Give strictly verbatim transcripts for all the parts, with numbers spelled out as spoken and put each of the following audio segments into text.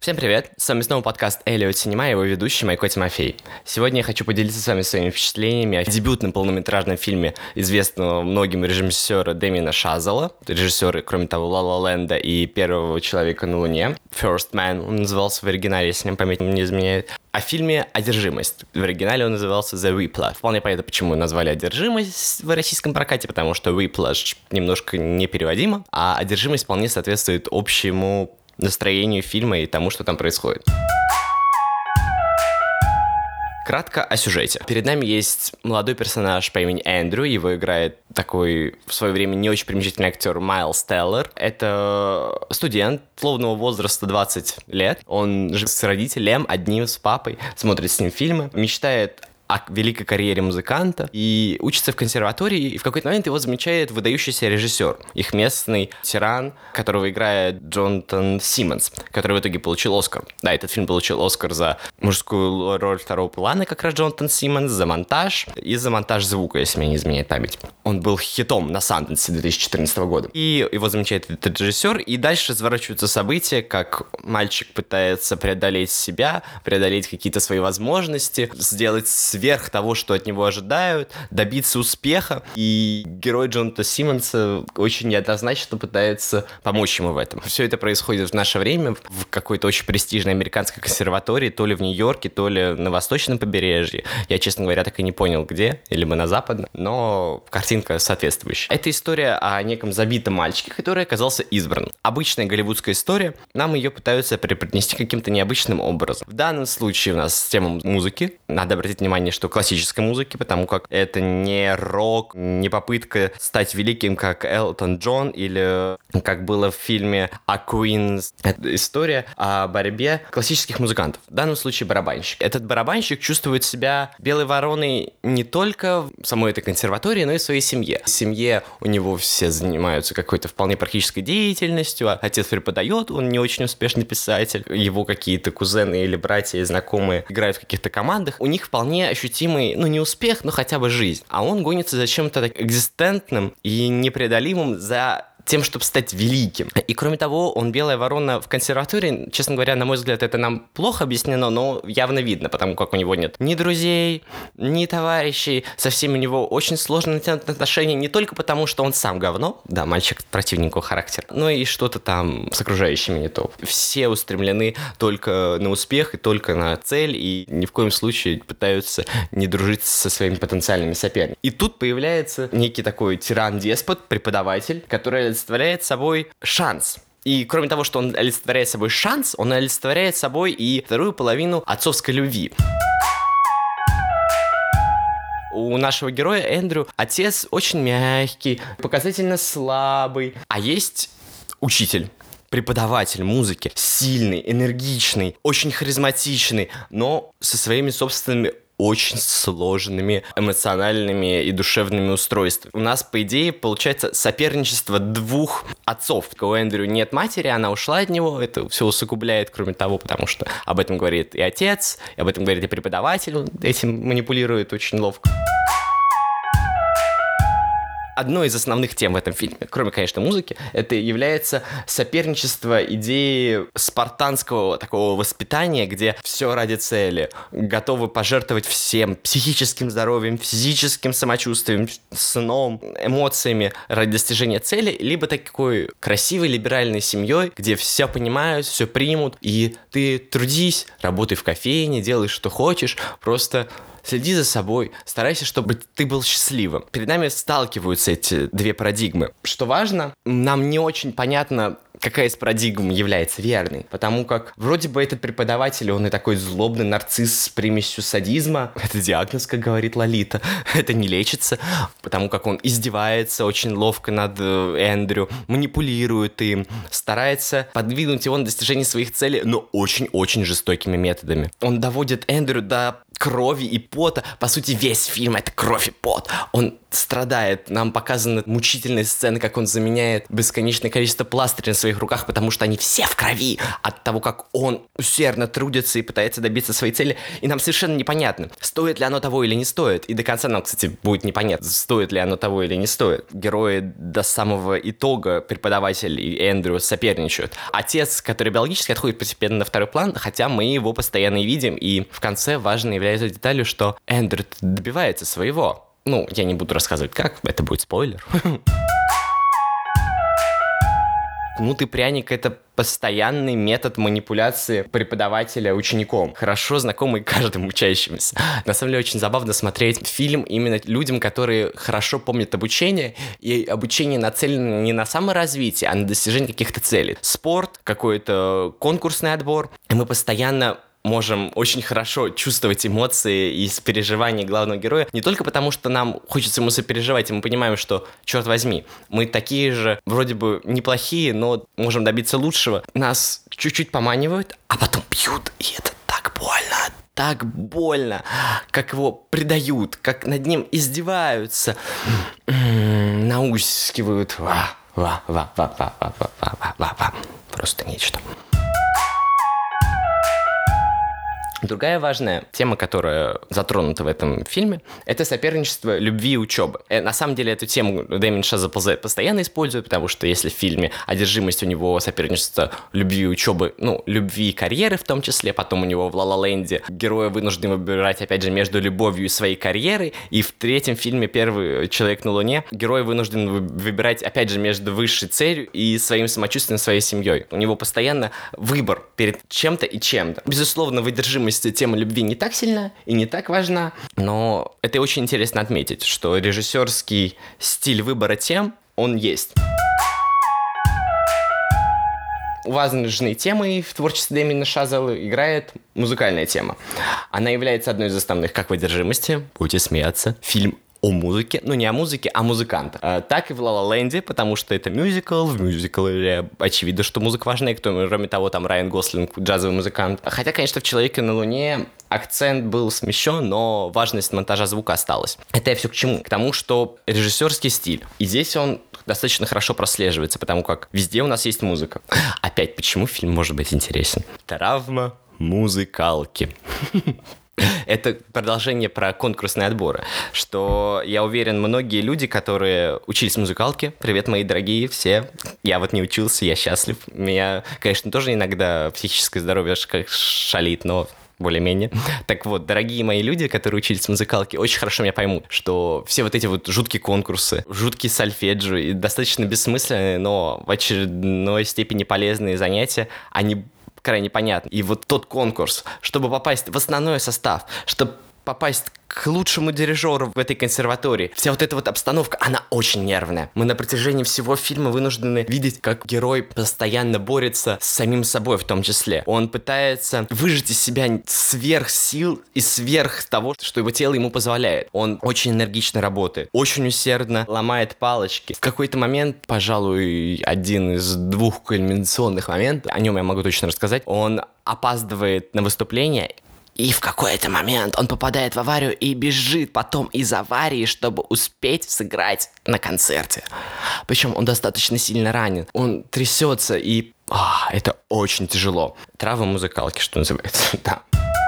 Всем привет, с вами снова подкаст Эллиот Синема и его ведущий Майко Тимофей. Сегодня я хочу поделиться с вами своими впечатлениями о дебютном полнометражном фильме известного многим режиссера Дэмиена Шазела, режиссера, кроме того, «Ла Ла Ленда» и «Первого человека на Луне», «First Man» он назывался в оригинале, если мне память не изменяет, о фильме «Одержимость». В оригинале он назывался «The Whiplash». Вполне понятно, почему назвали «Одержимость» в российском прокате, потому что «Whiplash» немножко непереводимо, а «Одержимость» вполне соответствует общему настроению фильма и тому, что там происходит. Кратко о сюжете. Перед нами есть молодой персонаж по имени Эндрю. Его играет такой в свое время не очень примечательный актер Майлз Теллер. Это студент условного возраста двадцать лет. Он живет с родителем, одним с папой, смотрит с ним фильмы, мечтает о великой карьере музыканта и учится в консерватории, и в какой-то момент его замечает выдающийся режиссер, их местный тиран, которого играет Джонатан Симмонс, который в итоге получил Оскар. Да, этот фильм получил Оскар за мужскую роль второго плана, как раз Джонатан Симмонс, за монтаж и за монтаж звука, если мне не изменяет память. Он был хитом на Санденсе две тысячи четырнадцатого года. И его замечает этот режиссер, и дальше разворачиваются события, как мальчик пытается преодолеть себя, преодолеть какие-то свои возможности, сделать сверх того, что от него ожидают, добиться успеха. И герой Джонатана Симмонса очень неоднозначно пытается помочь ему в этом. Все это происходит в наше время в какой-то очень престижной американской консерватории, то ли в Нью-Йорке, то ли на восточном побережье. Я, честно говоря, так и не понял, где, либо на западном, но картинка соответствующая. Это история о неком забитом мальчике, который оказался избран. Обычная голливудская история, нам ее пытаются преподнести каким-то необычным образом. В данном случае у нас тема музыки. Надо обратить внимание, что классической музыки, потому как это не рок, не попытка стать великим, как Элтон Джон, или как было в фильме «A Queen». Это история о борьбе классических музыкантов. В данном случае барабанщик. Этот барабанщик чувствует себя белой вороной не только в самой этой консерватории, но и в своей семье. В семье у него все занимаются какой-то вполне практической деятельностью. Отец преподает, он не очень успешный писатель. Его какие-то кузены или братья и знакомые играют в каких-то командах. У них вполне ощутимый, ну не успех, но хотя бы жизнь. А он гонится за чем-то экзистентным и непреодолимым, за тем, чтобы стать великим. И кроме того, он белая ворона в консерватории. Честно говоря, на мой взгляд, это нам плохо объяснено, но явно видно, потому как у него нет ни друзей, ни товарищей. Со всеми у него очень сложно натянуть отношения, не только потому, что он сам говно, да, мальчик противненького характера, но и что-то там с окружающими не то. Все устремлены только на успех и только на цель, и ни в коем случае пытаются не дружить со своими потенциальными соперниками. И тут появляется некий такой тиран-деспот, преподаватель, который олицетворяет собой шанс. И кроме того, что он олицетворяет собой шанс, он олицетворяет собой и вторую половину отцовской любви. У нашего героя Эндрю отец очень мягкий, показательно слабый, а есть учитель. Преподаватель музыки, сильный, энергичный, очень харизматичный, но со своими собственными очень сложными эмоциональными и душевными устройствами. У нас, по идее, получается соперничество двух отцов. У Эндрю нет матери, она ушла от него, это все усугубляет, кроме того, потому что об этом говорит и отец, и об этом говорит и преподаватель, он этим манипулирует очень ловко. Одной из основных тем в этом фильме, кроме, конечно, музыки, это является соперничество идеи спартанского такого воспитания, где все ради цели, готовы пожертвовать всем, психическим здоровьем, физическим самочувствием, сном, эмоциями ради достижения цели, либо такой красивой либеральной семьей, где все понимают, все примут, и ты трудись, работай в кофейне, делай, что хочешь, просто следи за собой, старайся, чтобы ты был счастливым. Перед нами сталкиваются эти две парадигмы. Что важно, нам не очень понятно, какая из парадигм является верной. Потому как вроде бы этот преподаватель, он и такой злобный нарцисс с примесью садизма. Это диагноз, как говорит Лолита. Это не лечится, потому как он издевается очень ловко над Эндрю, манипулирует им, старается подвинуть его на достижение своих целей, но очень-очень жестокими методами. Он доводит Эндрю до крови и пота. По сути, весь фильм — это кровь и пот. Он страдает. Нам показаны мучительные сцены, как он заменяет бесконечное количество пластырей на своих руках, потому что они все в крови от того, как он усердно трудится и пытается добиться своей цели. И нам совершенно непонятно, стоит ли оно того или не стоит. И до конца нам, кстати, будет непонятно, стоит ли оно того или не стоит. Герои до самого итога, преподаватель и Эндрю, соперничают. Отец, который биологически отходит постепенно на второй план, хотя мы его постоянно видим. И в конце важно является деталью, что Эндрю добивается своего. Ну, я не буду рассказывать как, это будет спойлер. Кнут и пряник — это постоянный метод манипуляции преподавателя учеником, хорошо знакомый каждому учащемуся. На самом деле очень забавно смотреть фильм именно людям, которые хорошо помнят обучение, и обучение нацелено не на саморазвитие, а на достижение каких-то целей. Спорт, какой-то конкурсный отбор, и мы постоянно можем очень хорошо чувствовать эмоции и переживания главного героя, не только потому, что нам хочется ему сопереживать, и мы понимаем, что, черт возьми, мы такие же, вроде бы неплохие, но можем добиться лучшего. Нас чуть-чуть поманивают, а потом бьют, и это так больно, так больно, как его предают, как над ним издеваются, наускивают, ва, ва, ва, ва, ва, ва, ва, ва, ва, ва. Просто нечто. Другая важная тема, которая затронута в этом фильме, это соперничество любви и учебы. Э, на самом деле эту тему Дэмиан Шазеле постоянно использует, потому что если в фильме одержимость, у него соперничество любви и учебы, ну, любви и карьеры в том числе, потом у него в «Ла Ла Ленде» герои вынуждены выбирать, опять же, между любовью и своей карьерой, и в третьем фильме «Первый человек на Луне» герой вынужден выбирать, опять же, между высшей целью и своим самочувствием, своей семьей. У него постоянно выбор перед чем-то и чем-то. Безусловно, выдержимость тема любви не так сильна и не так важна, но это очень интересно отметить, что режиссерский стиль выбора тем, он есть. Важной темой в творчестве Дэмиана Шазеле играет музыкальная тема. Она является одной из основных как в «Одержимости», будете смеяться, фильм о музыке, ну не о музыке, а музыкантах. А, так и в «Ла Ла Ленде», потому что это мюзикл, в мюзикле очевидно, что музыка важна, и кто, кроме того, там Райан Гослинг, джазовый музыкант. Хотя, конечно, в «Человеке на Луне» акцент был смещен, но важность монтажа звука осталась. Это я все к чему? К тому, что режиссерский стиль. И здесь он достаточно хорошо прослеживается, потому как везде у нас есть музыка. Опять, почему фильм может быть интересен? Травма музыкалки. Это продолжение про конкурсные отборы, что, я уверен, многие люди, которые учились в музыкалке, привет, мои дорогие все, я вот не учился, я счастлив, меня, конечно, тоже иногда психическое здоровье шалит, но более-менее. Так вот, дорогие мои люди, которые учились в музыкалке, очень хорошо меня поймут, что все вот эти вот жуткие конкурсы, жуткие сольфеджио и достаточно бессмысленные, но в очередной степени полезные занятия, они крайне понятно. И вот тот конкурс, чтобы попасть в основной состав, чтобы попасть к лучшему дирижеру в этой консерватории, вся вот эта вот обстановка, она очень нервная. Мы на протяжении всего фильма вынуждены видеть, как герой постоянно борется с самим собой в том числе. Он пытается выжать из себя сверх сил и сверх того, что его тело ему позволяет. Он очень энергично работает, очень усердно ломает палочки. В какой-то момент, пожалуй, один из двух кульминационных моментов, о нем я могу точно рассказать, он опаздывает на выступление, и в какой-то момент он попадает в аварию и бежит потом из аварии, чтобы успеть сыграть на концерте. Причем он достаточно сильно ранен. Он трясется, и а, это очень тяжело. Травма музыкалки, что называется, да.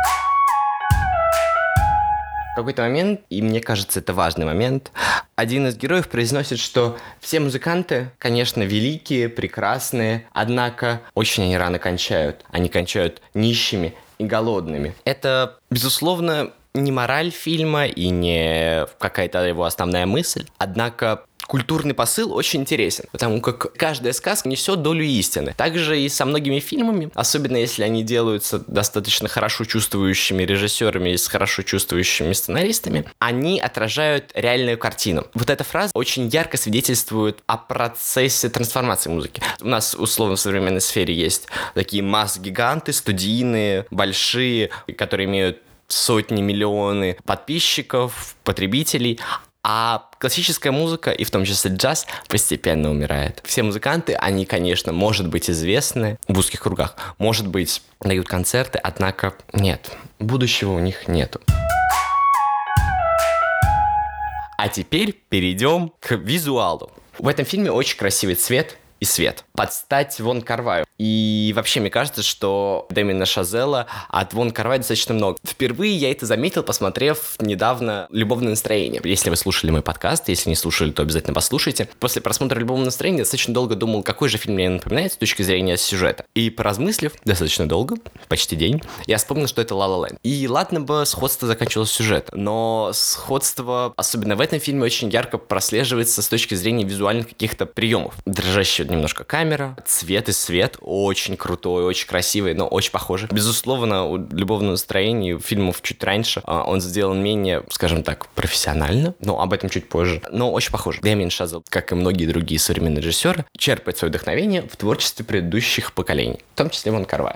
В какой-то момент, и мне кажется, это важный момент, один из героев произносит, что все музыканты, конечно, великие, прекрасные, однако очень они рано кончают. Они кончают нищими и голодными. Это, безусловно, не мораль фильма и не какая-то его основная мысль, однако культурный посыл очень интересен, потому как каждая сказка несет долю истины. Также и со многими фильмами, особенно если они делаются достаточно хорошо чувствующими режиссерами и с хорошо чувствующими сценаристами, они отражают реальную картину. Вот эта фраза очень ярко свидетельствует о процессе трансформации музыки. У нас, условно, в современной сфере есть такие масс-гиганты, студийные, большие, которые имеют сотни, миллионы подписчиков, потребителей, а классическая музыка, и в том числе джаз, постепенно умирает. Все музыканты, они, конечно, может быть известны в узких кругах, может быть, дают концерты, однако нет, будущего у них нету. А теперь перейдем к визуалу. В этом фильме очень красивый цвет и свет. Под стать Вон Кар-ваю. И вообще, мне кажется, что Дэмиена Шазела от Вон Кар-вай достаточно много. Впервые я это заметил, посмотрев недавно «Любовное настроение». Если вы слушали мой подкаст, если не слушали, то обязательно послушайте. После просмотра «Любовного настроения» достаточно долго думал, какой же фильм мне напоминает с точки зрения сюжета. И поразмыслив достаточно долго, почти день, я вспомнил, что это «Ла Ла Ленд». И ладно бы сходство заканчивалось сюжетом, но сходство, особенно в этом фильме, очень ярко прослеживается с точки зрения визуальных каких-то приемов. Дрожащая немножко камера, цвет и свет очень крутой, очень красивый, но очень похожий. Безусловно, у «Любовного настроения» у фильмов чуть раньше он сделан менее, скажем так, профессионально, но об этом чуть позже, но очень похож. Дэмиен Шазел, как и многие другие современные режиссеры, черпает свое вдохновение в творчестве предыдущих поколений, в том числе Вон Кар-вай.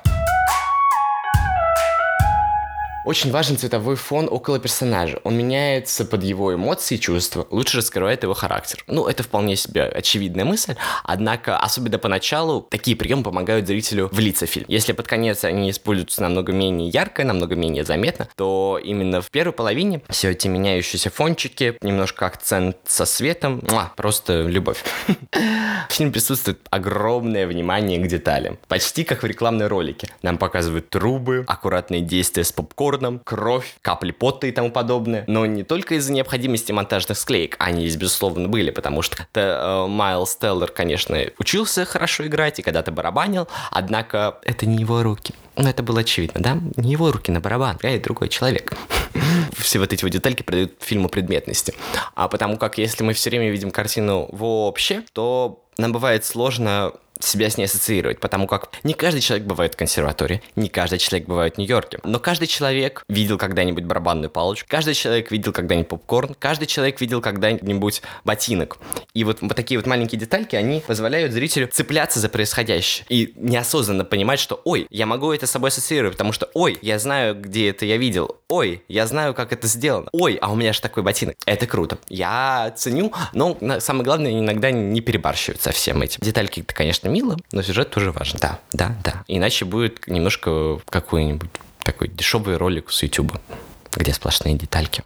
Очень важен цветовой фон около персонажа. Он меняется под его эмоции и чувства, лучше раскрывает его характер. Ну, это вполне себе очевидная мысль, однако, особенно поначалу, такие приемы помогают зрителю влиться в фильм. Если под конец они используются намного менее ярко, намного менее заметно, то именно в первой половине все эти меняющиеся фончики, немножко акцент со светом, муа, просто любовь. В фильме присутствует огромное внимание к деталям. Почти как в рекламной ролике. Нам показывают трубы, аккуратные действия с попкорном, кровь, капли пота и тому подобное. Но не только из-за необходимости монтажных склеек. Они здесь, безусловно, были, потому что э, Майлз Теллер, конечно, учился хорошо играть и когда-то барабанил, однако это не его руки. Ну, это было очевидно, да? Не его руки на барабан, а и другой человек. Все вот эти вот детальки придают фильму предметности. А потому как если мы все время видим картину вообще, то нам бывает сложно себя с ней ассоциировать, потому как не каждый человек бывает в консерватории, не каждый человек бывает в Нью-Йорке, но каждый человек видел когда-нибудь барабанную палочку, каждый человек видел когда-нибудь попкорн, каждый человек видел когда-нибудь ботинок. И вот, вот такие вот маленькие детальки, они позволяют зрителю цепляться за происходящее и неосознанно понимать, что ой, я могу это с собой ассоциировать, потому что ой, я знаю, где это я видел, ой, я знаю, как это сделано, ой, а у меня же такой ботинок. Это круто. Я ценю, но самое главное, иногда не перебарщивать со всем этим. Детальки-то, конечно, мило, но сюжет тоже важен. Да, да, да. Иначе будет немножко какой-нибудь такой дешевый ролик с YouTube, где сплошные детальки.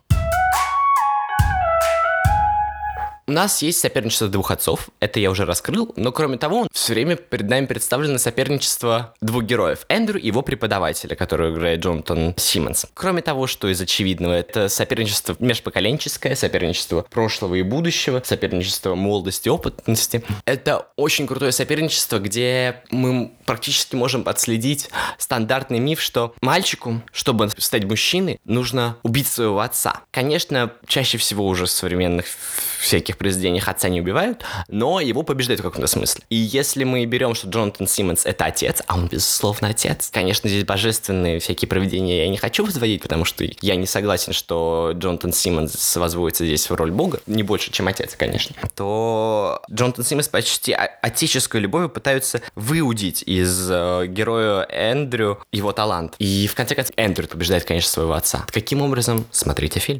У нас есть соперничество двух отцов, это я уже раскрыл, но кроме того, все время перед нами представлено соперничество двух героев, Эндрю и его преподавателя, который играет Джонатан Симмонс. Кроме того, что из очевидного, это соперничество межпоколенческое, соперничество прошлого и будущего, соперничество молодости и опытности. Это очень крутое соперничество, где мы практически можем отследить стандартный миф, что мальчику, чтобы стать мужчиной, нужно убить своего отца. Конечно, чаще всего уже в современных всяких произведениях отца не убивают, но его побеждают в каком-то смысле. И если мы берем, что Джонатан Симмонс — это отец, а он, безусловно, отец, конечно, здесь божественные всякие провидения я не хочу возводить, потому что я не согласен, что Джонатан Симмонс возводится здесь в роль бога, не больше, чем отец, конечно, то Джонатан Симмонс почти отеческой любовью пытаются выудить из э, героя Эндрю его талант. И в конце концов Эндрю побеждает, конечно, своего отца. Каким образом? Смотрите фильм.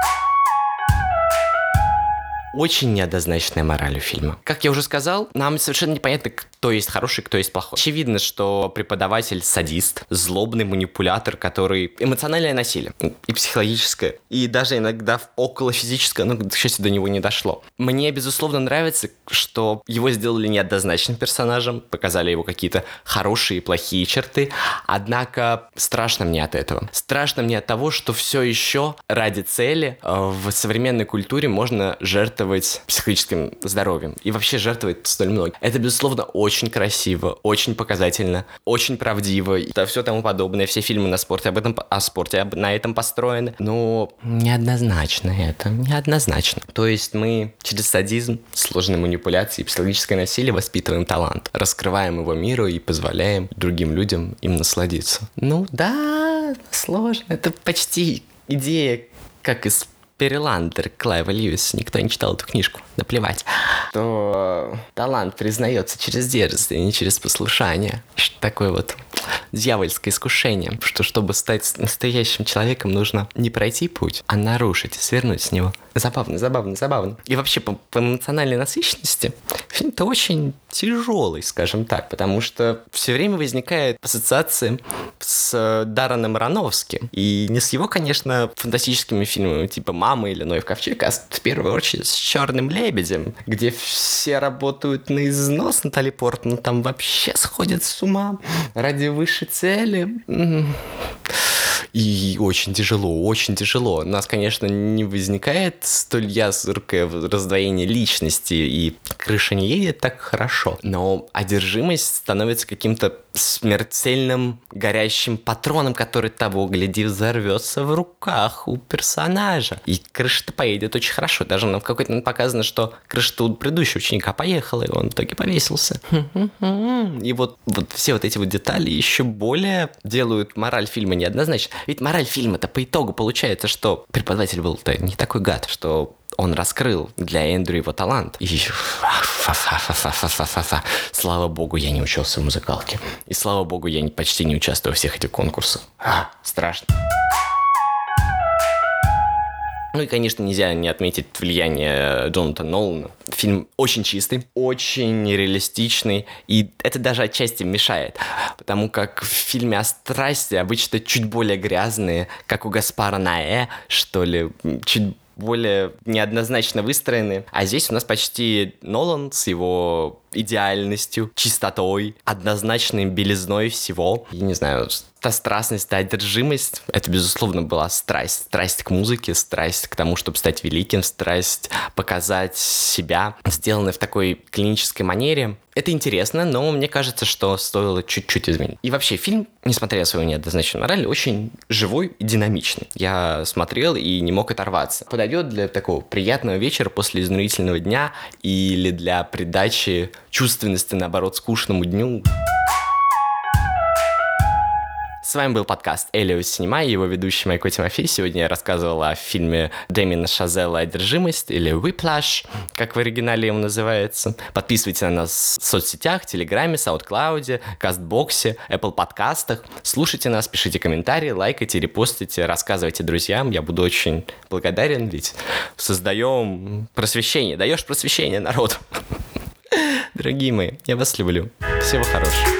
Очень неоднозначная мораль у фильма. Как я уже сказал, нам совершенно непонятно, кто есть хороший, кто есть плохой. Очевидно, что преподаватель садист, злобный манипулятор, который эмоциональное насилие и психологическое, и даже иногда около физическое, но, к счастью, до него не дошло. Мне, безусловно, нравится, что его сделали неоднозначным персонажем, показали его какие-то хорошие и плохие черты, однако страшно мне от этого. Страшно мне от того, что все еще ради цели в современной культуре можно жертвовать психологическим здоровьем и вообще жертвовать столь много. Это, безусловно, очень красиво, очень показательно, очень правдиво, и все тому подобное. Все фильмы на спорте об этом, о спорте об, на этом построены, но неоднозначно это, неоднозначно. То есть мы через садизм, сложные манипуляции и психологическое насилие воспитываем талант, раскрываем его миру и позволяем другим людям им насладиться. Ну да, сложно. Это почти идея, как из Переландер Клайва Льюиса. Никто не читал эту книжку. Наплевать. То талант признается через дерзость, а не через послушание. Что такое вот дьявольское искушение. Что чтобы стать настоящим человеком, нужно не пройти путь, а нарушить и свернуть с него. Забавно, забавно, забавно. И вообще по, по эмоциональной насыщенности фильм-то очень тяжелый, скажем так, потому что все время возникает ассоциация с Дарреном Аронофски. И не с его, конечно, фантастическими фильмами типа «Мама» или «Ноев ковчег», а в первую очередь с «Черным лебедем», где все работают на износ. Натали Портман там вообще сходит с ума ради высшей цели. И очень тяжело, очень тяжело. У нас, конечно, не возникает столь яркое раздвоение личности, и крыша не едет так хорошо. Но одержимость становится каким-то смертельным горящим патроном, который того, гляди, взорвется в руках у персонажа. И крыша-то поедет очень хорошо. Даже нам в какой-то момент показано, что крыша-то у предыдущего ученика поехала, и он в итоге повесился. И вот, вот все вот эти вот детали еще более делают мораль фильма неоднозначной. Ведь мораль фильма-то по итогу получается, что преподаватель был-то не такой гад, что он раскрыл для Эндрю его талант. И фа-фа-фа-фа-фа-фа-фа. Слава богу, я не учился в музыкалке. И слава богу, я не, почти не участвую во всех этих конкурсах. А, страшно. Ну и, конечно, нельзя не отметить влияние Джонатана Нолана. Фильм очень чистый, очень реалистичный, и это даже отчасти мешает, потому как в фильме о страсти обычно чуть более грязные, как у Гаспара Ноэ, что ли, чуть более неоднозначно выстроены. А здесь у нас почти Нолан с его идеальностью, чистотой, однозначной белизной всего. Я не знаю, та страстность, та одержимость, это, безусловно, была страсть. Страсть к музыке, страсть к тому, чтобы стать великим, страсть показать себя, сделанная в такой клинической манере. Это интересно, но мне кажется, что стоило чуть-чуть изменить. И вообще фильм, несмотря на свою неоднозначную мораль, очень живой и динамичный. Я смотрел и не мог оторваться. Подойдет для такого приятного вечера после изнурительного дня или для придачи чувственности, наоборот, скучному дню. С вами был подкаст «Элио Синема» и его ведущий Майко Тимофей. Сегодня я рассказывал о фильме Дэмиена Шазела «Одержимость» или «Whiplash», как в оригинале ему называется. Подписывайтесь на нас в соцсетях, Телеграме, Саундклауде, Кастбоксе, Apple подкастах. Слушайте нас, пишите комментарии, лайкайте, репостите, рассказывайте друзьям. Я буду очень благодарен, ведь создаем просвещение. Даешь просвещение народу. Дорогие мои, я вас люблю. Всего хорошего.